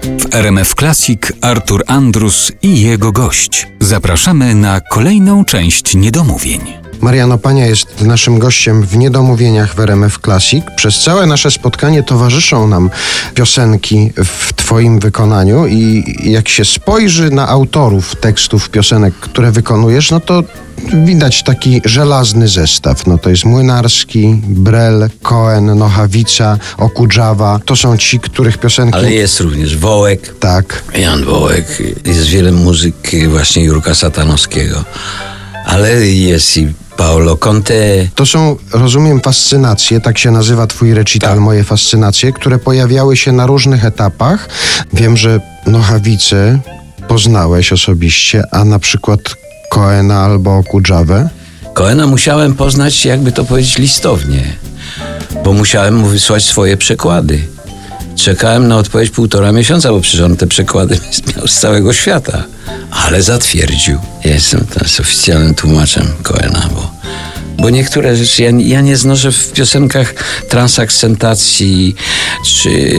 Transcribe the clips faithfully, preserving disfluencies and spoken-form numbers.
W R M F Classic Artur Andrus i jego gość. Zapraszamy na kolejną część Niedomówień. Mariano Pania jest naszym gościem w Niedomówieniach w R M F Classic. Przez całe nasze spotkanie towarzyszą nam piosenki w Twoim wykonaniu i jak się spojrzy na autorów tekstów piosenek, które wykonujesz, no to widać taki żelazny zestaw. No to jest Młynarski, Brel, Cohen, Nochawica, Okudżawa. To są ci, których piosenki... Ale jest również Wołek. Tak. Jan Wołek. Jest wiele muzyk właśnie Jurka Satanowskiego. Ale jest i Paolo Conte. To są, rozumiem, fascynacje, tak się nazywa twój recital, tak. Moje fascynacje, które pojawiały się na różnych etapach. Wiem, że Nochawicę poznałeś osobiście, a na przykład Cohena albo Okudżawę. Cohena musiałem poznać, jakby to powiedzieć, listownie, bo musiałem mu wysłać swoje przekłady. Czekałem na odpowiedź półtora miesiąca, bo przecież on te przekłady miał z całego świata. Ale zatwierdził. Ja jestem teraz oficjalnym tłumaczem Cohena, bo, bo niektóre rzeczy ja, ja nie znoszę w piosenkach transakcentacji czy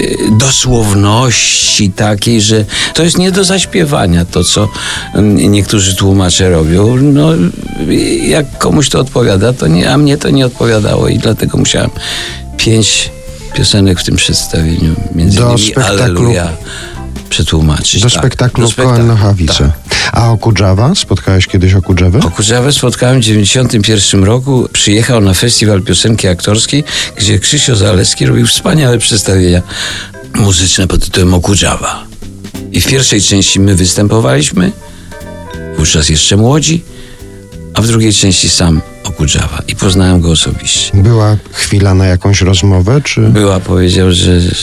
dosłowności takiej, że to jest nie do zaśpiewania to, co niektórzy tłumacze robią. No, jak komuś to odpowiada, to nie, a mnie to nie odpowiadało i dlatego musiałem pięć piosenek w tym przedstawieniu, między do innymi Alleluja, przetłumaczyć. Do tak. spektaklu Cohen Nochawica. Tak. A Okudżawa? Spotkałeś kiedyś Okudżawę? Okudżawę spotkałem w dziewięćdziesiątym pierwszym roku. Przyjechał na festiwal piosenki aktorskiej, gdzie Krzysio Zaleski robił wspaniałe przedstawienia muzyczne pod tytułem Okudżawa. I w pierwszej części my występowaliśmy, wówczas jeszcze młodzi, a w drugiej części sam Okudżawa. I poznałem go osobiście. Była chwila na jakąś rozmowę, czy... Była, powiedział, że, że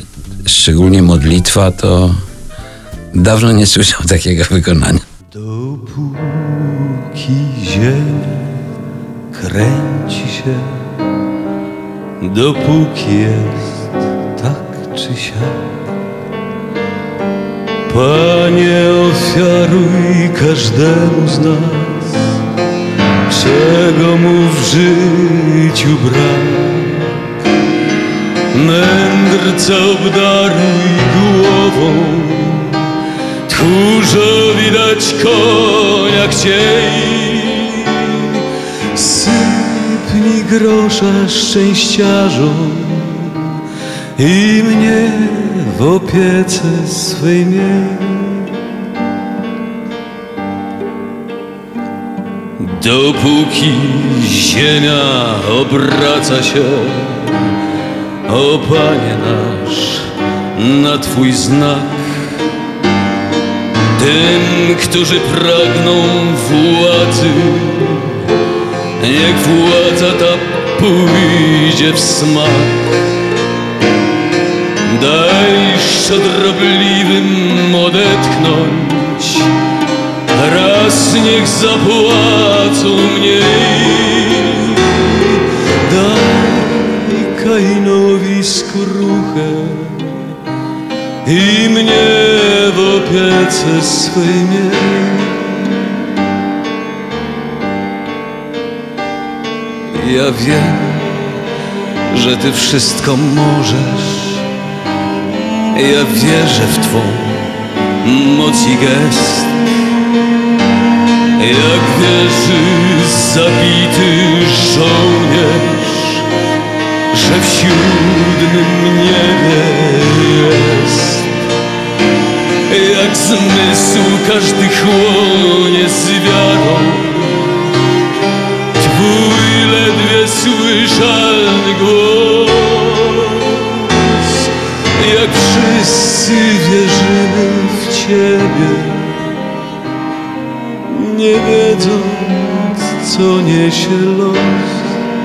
szczególnie modlitwa to dawno nie słyszał takiego wykonania. Dopóki ziemia kręci się, dopóki jest tak czy siak, Panie, ofiaruj każdemu z nas, czego mu w życiu brak. Mędrca obdaruj głową, tchórzowi dać konia chciej. Sypnij grosza szczęściarzom i mnie w opiece swej miej. Dopóki ziemia obraca się, o Panie nasz, na Twój znak, tym, którzy pragną władzy, niech władza ta pójdzie w smak. Daj szczodrobliwym odetchnąć, raz niech zapłacą mniej. Daj Kainowi skruchę i mnie w opiece swej miej. Ja wiem, że Ty wszystko możesz. Ja wierzę w Twą moc i gest. Jak wierzy zabity żołnierz, że w siódmym niebie jest. Jak zmysł każdy chłonie z wiarą, Twój ledwie słyszalny głos. Jak wszyscy wierzymy w Ciebie, nie wiedząc, co niesie los.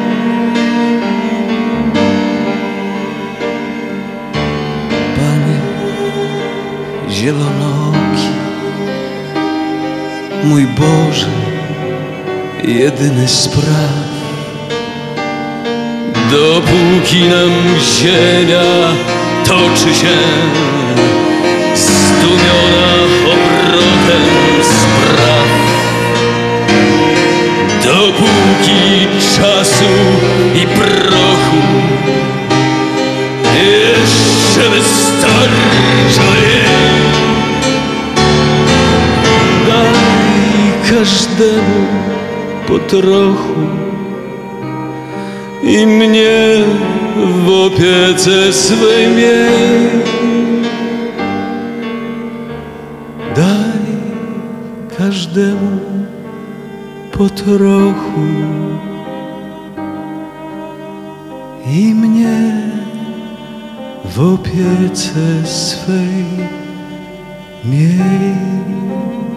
Panie zielonooki, mój Boże, jedyny spraw, dopóki nam ziemia toczy się zdumiona obrotem spraw, dopóki czasu i prochu jeszcze wystarcza każdemu po trochu i mnie w opiece swej miej. Daj każdemu po trochu i mnie w opiece swej miej.